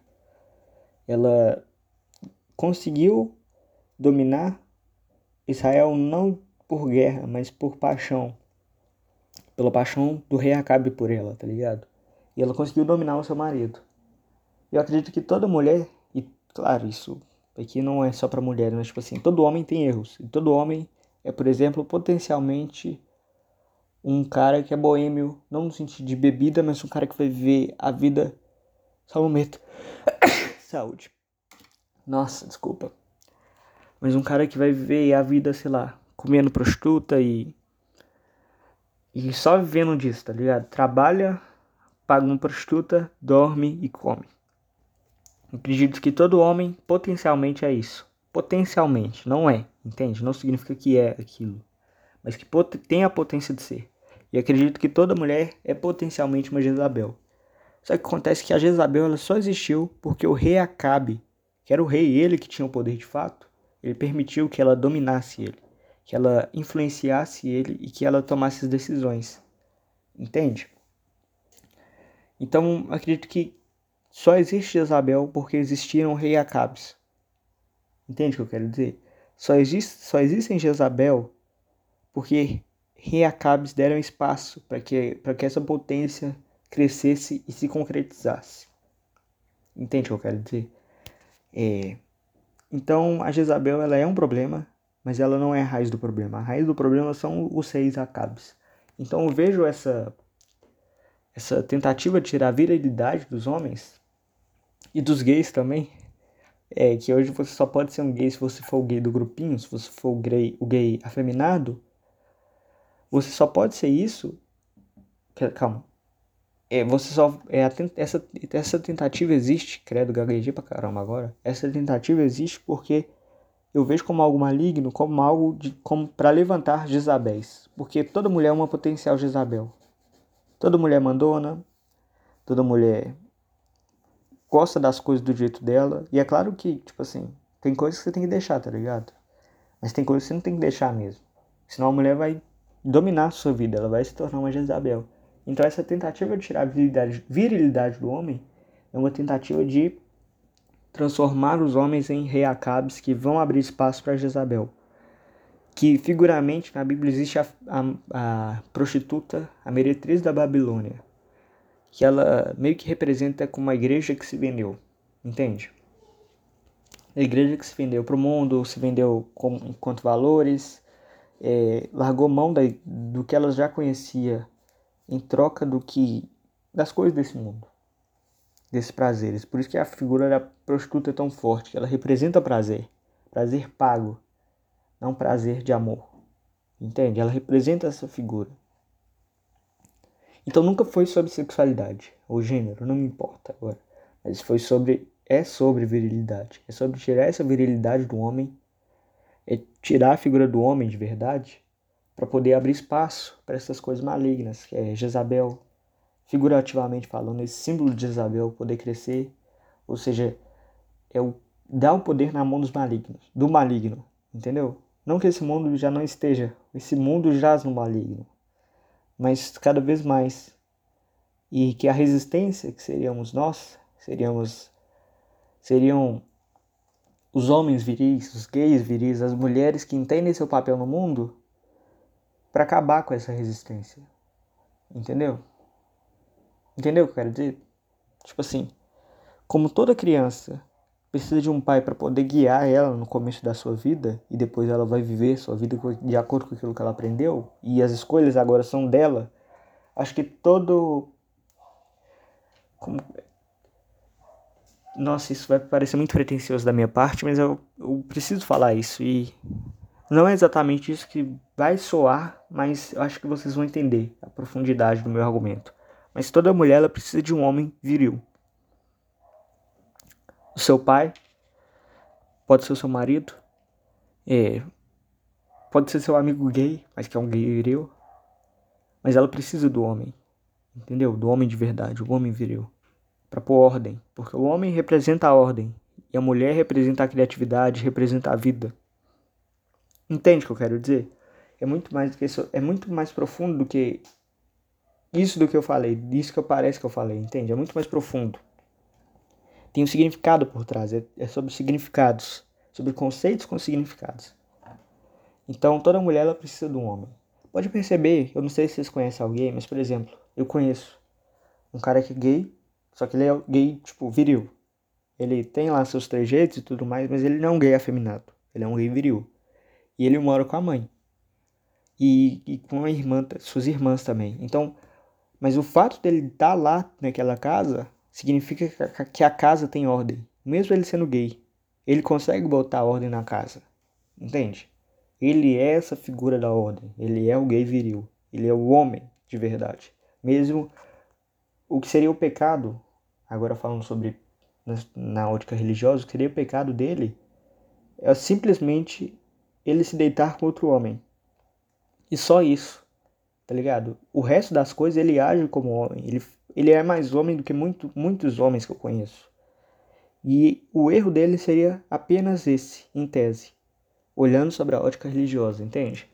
S1: Ela conseguiu dominar Israel não por guerra, mas por paixão. Pela paixão do rei Acabe por ela, tá ligado? E ela conseguiu dominar o seu marido. Eu acredito que toda mulher, e claro, isso aqui não é só pra mulher, mas tipo assim, todo homem tem erros. E todo homem é, por exemplo, potencialmente um cara que é boêmio, não no sentido de bebida, mas um cara que vai viver a vida. Só um momento. Saúde. Nossa, desculpa. Mas um cara que vai viver a vida, sei lá, comendo prostituta e. E só vivendo disso, tá ligado? Trabalha, paga uma prostituta, dorme e come. Acredito que todo homem potencialmente é isso. Potencialmente, não é, entende? Não significa que é aquilo, mas que tem a potência de ser. E acredito que toda mulher é potencialmente uma Jezabel. Só que acontece que a Jezabel ela só existiu porque o rei Acabe, que era o rei, ele que tinha o poder de fato, ele permitiu que ela dominasse ele, que ela influenciasse ele e que ela tomasse as decisões. Entende? Então, acredito que só existe Jezabel porque existiram rei Acabes. Entende o que eu quero dizer? Só, existe, só existem Jezabel porque rei Acabes deram espaço para que, para que essa potência crescesse e se concretizasse. Entende o que eu quero dizer? É, então, a Jezabel ela é um problema, mas ela não é a raiz do problema. A raiz do problema são os reis Acabes. Então, eu vejo essa, essa tentativa de tirar a virilidade dos homens e dos gays também. É que hoje você só pode ser um gay se você for o gay do grupinho, se você for o gay, o gay afeminado. Você só pode ser isso. Calma. É, você só. É, a, essa, essa tentativa existe, credo, gaguejei pra caramba agora. Essa tentativa existe porque eu vejo como algo maligno, como algo de, como para levantar Jezabéis. Porque toda mulher é uma potencial Jezabel. Toda mulher mandona, toda mulher gosta das coisas do jeito dela. E é claro que, tipo assim, tem coisas que você tem que deixar, tá ligado? Mas tem coisas que você não tem que deixar mesmo. Senão a mulher vai dominar a sua vida, ela vai se tornar uma Jezabel. Então essa tentativa de tirar a virilidade, virilidade do homem é uma tentativa de transformar os homens em rei Acabes que vão abrir espaço para Jezabel. Que figuramente na Bíblia existe a, a, a prostituta, a meretriz da Babilônia, que ela meio que representa como a igreja que se vendeu, entende? A igreja que se vendeu para o mundo, se vendeu como, enquanto valores, é, largou mão da, do que ela já conhecia em troca do que das coisas desse mundo, desses prazeres. Por isso que a figura da prostituta é tão forte, ela representa prazer, prazer pago, não prazer de amor. Entende? Ela representa essa figura. Então nunca foi sobre sexualidade ou gênero, não me importa agora. Mas foi sobre, é sobre virilidade. É sobre tirar essa virilidade do homem, é tirar a figura do homem de verdade, para poder abrir espaço para essas coisas malignas, que é Jezabel, figurativamente falando, esse símbolo de Jezabel poder crescer, ou seja, é o dar o poder na mão dos malignos, do maligno, entendeu? Não que esse mundo já não esteja, esse mundo jaz no maligno, mas cada vez mais. E que a resistência, que seríamos nós, seríamos, seriam os homens viris, os gays viris, as mulheres que entendem seu papel no mundo, para acabar com essa resistência. Entendeu? Entendeu o que eu quero dizer? Tipo assim, como toda criança precisa de um pai para poder guiar ela no começo da sua vida e depois ela vai viver sua vida de acordo com aquilo que ela aprendeu e as escolhas agora são dela, acho que todo... Como... Nossa, isso vai parecer muito pretensioso da minha parte, mas eu, eu preciso falar isso e não é exatamente isso que vai soar, mas eu acho que vocês vão entender a profundidade do meu argumento. Mas toda mulher ela precisa de um homem viril. O seu pai pode ser o seu marido, é, pode ser seu amigo gay, mas que é um gay viril, mas ela precisa do homem. entendeu? Do homem de verdade, o homem viril. Pra pôr ordem. Porque o homem representa a ordem. E a mulher representa a criatividade, representa a vida. Entende o que eu quero dizer? É muito mais do que isso, é muito mais profundo do que isso do que eu falei, disso que parece que eu falei, entende? É muito mais profundo. Tem um significado por trás, é, é sobre significados, sobre conceitos com significados. Então, toda mulher ela precisa de um homem. Pode perceber, eu não sei se vocês conhecem alguém, mas, por exemplo, eu conheço um cara que é gay, só que ele é gay, tipo, viril. Ele tem lá seus trejeitos e tudo mais, mas ele não é um gay afeminado. Ele é um gay viril. E ele mora com a mãe. E, e com a irmã, suas irmãs também. Então, mas o fato dele estar lá naquela casa significa que a casa tem ordem. Mesmo ele sendo gay, ele consegue botar ordem na casa. Entende? Ele é essa figura da ordem. Ele é o gay viril. Ele é o homem de verdade. Mesmo o que seria o pecado, agora falando sobre na, na ótica religiosa, o que seria o pecado dele é simplesmente ele se deitar com outro homem. E só isso, tá ligado? O resto das coisas ele age como homem. Ele, ele é mais homem do que muito, muitos homens que eu conheço. E o erro dele seria apenas esse, em tese. Olhando sobre a ótica religiosa, entende?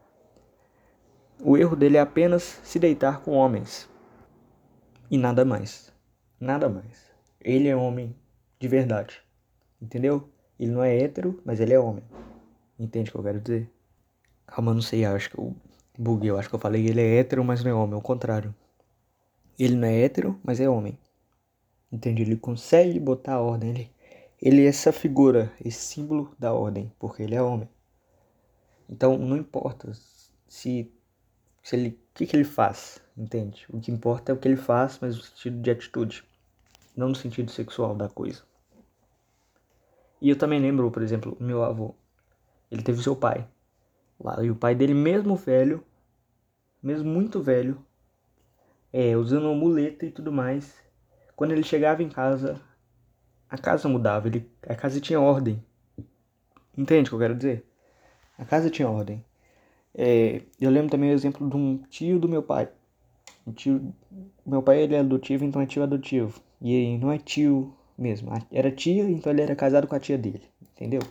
S1: O erro dele é apenas se deitar com homens. E nada mais. Nada mais. Ele é homem de verdade. Entendeu? Ele não é hétero, mas ele é homem. Entende o que eu quero dizer? Calma, eu não sei, eu acho que eu buguei. Eu acho que eu falei que ele é hétero, mas não é homem. É o contrário. Ele não é hétero, mas é homem. Entende? Ele consegue botar a ordem. Ele, ele é essa figura, esse símbolo da ordem, porque ele é homem. Então, não importa se, se ele, o que, que ele faz, entende? O que importa é o que ele faz, mas no sentido de atitude, não no sentido sexual da coisa. E eu também lembro, por exemplo, o meu avô. Ele teve seu pai lá, e o pai dele, mesmo velho, mesmo muito velho, é, usando uma muleta e tudo mais, quando ele chegava em casa, a casa mudava, ele, a casa tinha ordem. Entende o que eu quero dizer? A casa tinha ordem. É, eu lembro também o exemplo de um tio do meu pai. Um tio, meu pai ele é adotivo, então é tio adotivo. E não é tio mesmo. Era tia, então ele era casado com a tia dele. Entendeu?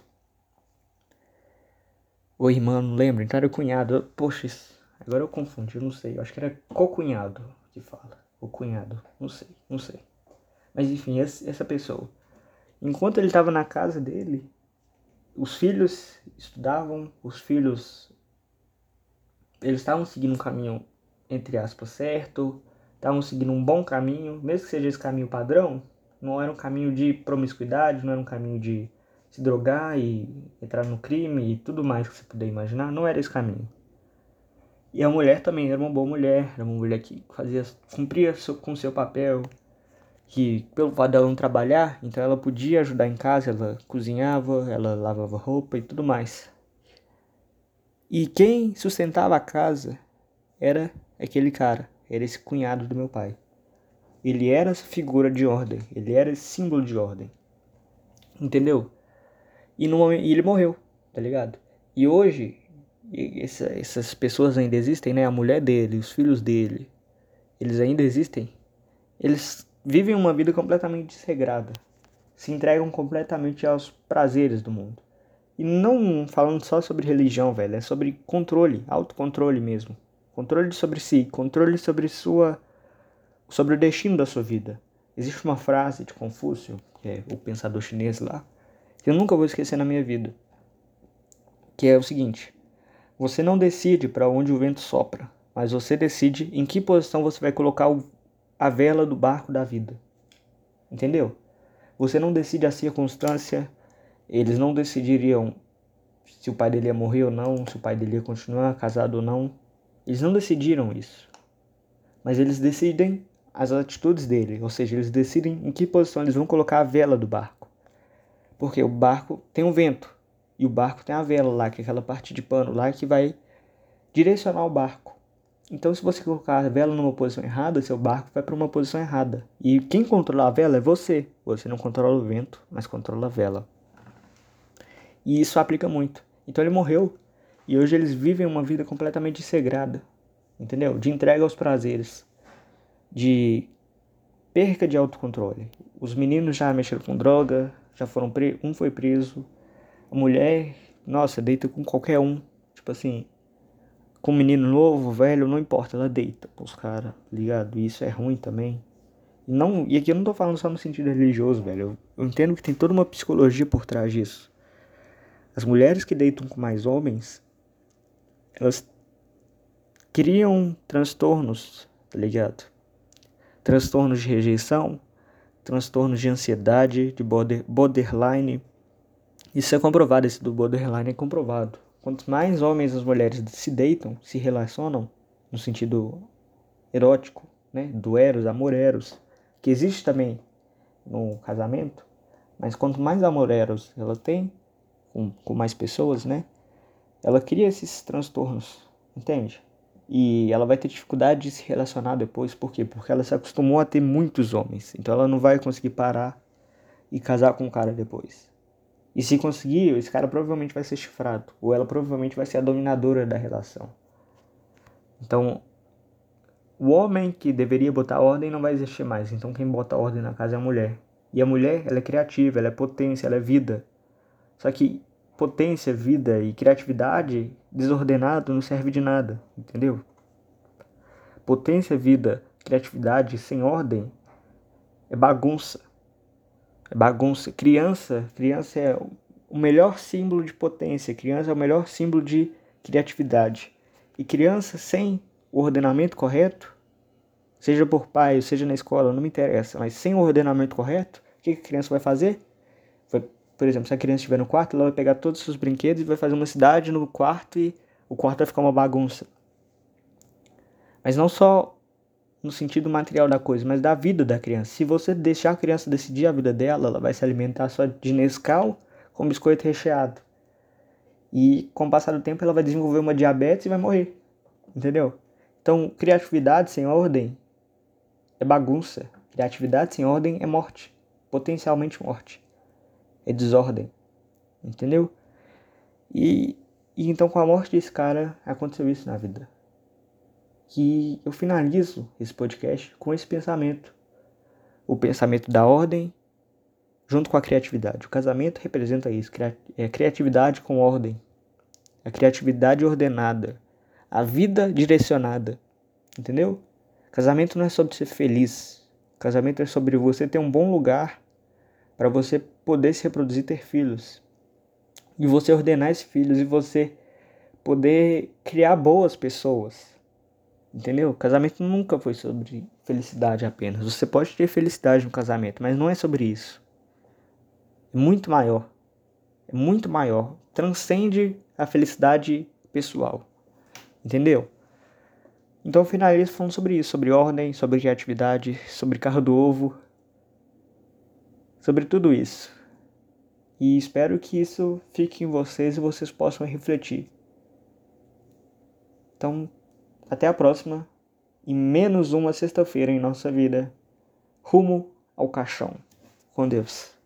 S1: Ou irmã, não lembro. Então era cunhado. Poxa, isso, agora eu confundi, eu não sei. Eu acho que era co-cunhado que fala. O cunhado. Não sei, não sei. Mas enfim, essa pessoa. Enquanto ele estava na casa dele, os filhos estudavam, os filhos, eles estavam seguindo um caminho, entre aspas, certo, estavam seguindo um bom caminho, mesmo que seja esse caminho padrão, não era um caminho de promiscuidade, não era um caminho de se drogar e entrar no crime e tudo mais que você puder imaginar, não era esse caminho. E a mulher também era uma boa mulher, era uma mulher que fazia, cumpria com seu papel, que pelo fato dela não trabalhar, então ela podia ajudar em casa, ela cozinhava, ela lavava roupa e tudo mais. E quem sustentava a casa era aquele cara, era esse cunhado do meu pai. Ele era essa figura de ordem, ele era esse símbolo de ordem. Entendeu? E, no momento, e ele morreu, tá ligado? E hoje, essa, essas pessoas ainda existem, né? A mulher dele, os filhos dele, eles ainda existem. Eles vivem uma vida completamente desregrada. Se entregam completamente aos prazeres do mundo. E não falando só sobre religião, velho. É sobre controle, autocontrole mesmo. Controle sobre si, controle sobre sua, sobre o destino da sua vida. Existe uma frase de Confúcio, que é o pensador chinês lá, que eu nunca vou esquecer na minha vida. Que é o seguinte: você não decide para onde o vento sopra, mas você decide em que posição você vai colocar o, a vela do barco da vida. Entendeu? Você não decide a circunstância, eles não decidiriam se o pai dele ia morrer ou não, se o pai dele ia continuar casado ou não. Eles não decidiram isso. Mas eles decidem as atitudes dele, ou seja, eles decidem em que posição eles vão colocar a vela do barco. Porque o barco tem um vento, e o barco tem a vela lá, que é aquela parte de pano lá que vai direcionar o barco. Então, se você colocar a vela numa posição errada, seu barco vai para uma posição errada. E quem controla a vela é você. Você não controla o vento, mas controla a vela. E isso aplica muito. Então ele morreu. E hoje eles vivem uma vida completamente desregrada. Entendeu? De entrega aos prazeres. de perca de autocontrole. Os meninos já mexeram com droga, já foram presos, um foi preso. A mulher, nossa, deita com qualquer um. Tipo assim, com um menino novo, velho, não importa, ela deita pros caras, ligado? E isso é ruim também. E, não, e aqui eu não tô falando só no sentido religioso, velho. Eu, eu entendo que tem toda uma psicologia por trás disso. As mulheres que deitam com mais homens, elas criam transtornos, tá ligado? Transtornos de rejeição, transtornos de ansiedade, de border, borderline. Isso é comprovado, esse do borderline é comprovado. Quanto mais homens as mulheres se deitam, se relacionam, no sentido erótico, né, do eros, amor eros, que existe também no casamento, mas quanto mais amor eros ela tem, com, com mais pessoas, né, ela cria esses transtornos, entende? E ela vai ter dificuldade de se relacionar depois, por quê? Porque ela se acostumou a ter muitos homens, então ela não vai conseguir parar e casar com um cara depois. E se conseguir, esse cara provavelmente vai ser chifrado, ou ela provavelmente vai ser a dominadora da relação. Então, o homem que deveria botar ordem não vai existir mais, então quem bota ordem na casa é a mulher. E a mulher, ela é criativa, ela é potência, ela é vida. Só que potência, vida e criatividade desordenado não serve de nada, entendeu? Potência, vida, criatividade sem ordem é bagunça. É bagunça. Criança, criança é o melhor símbolo de potência. Criança é o melhor símbolo de criatividade. E criança sem o ordenamento correto, seja por pai, seja na escola, não me interessa, mas sem o ordenamento correto, o que a criança vai fazer? Vai, por exemplo, se a criança estiver no quarto, ela vai pegar todos os seus brinquedos e vai fazer uma cidade no quarto e o quarto vai ficar uma bagunça. Mas não só no sentido material da coisa, mas da vida da criança. Se você deixar a criança decidir a vida dela, ela vai se alimentar só de Nescau com biscoito recheado. E com o passar do tempo ela vai desenvolver uma diabetes e vai morrer. Entendeu? Então, criatividade sem ordem é bagunça. Criatividade sem ordem é morte. Potencialmente morte. É desordem. Entendeu? E, e então com a morte desse cara aconteceu isso na vida. Que eu finalizo esse podcast com esse pensamento. O pensamento da ordem junto com a criatividade. O casamento representa isso. É criatividade com ordem. A criatividade ordenada. A vida direcionada. Entendeu? Casamento não é sobre ser feliz. Casamento é sobre você ter um bom lugar para você poder se reproduzir e ter filhos. E você ordenar esses filhos e você poder criar boas pessoas. Entendeu? Casamento nunca foi sobre felicidade apenas. Você pode ter felicidade no casamento, mas não é sobre isso. É muito maior. É muito maior. Transcende a felicidade pessoal. Entendeu? Então eu finalizo falando sobre isso. Sobre ordem, sobre criatividade, sobre carro do ovo. Sobre tudo isso. E espero que isso fique em vocês e vocês possam refletir. Então, até a próxima. E menos uma sexta-feira em nossa vida. Rumo ao caixão. Com Deus.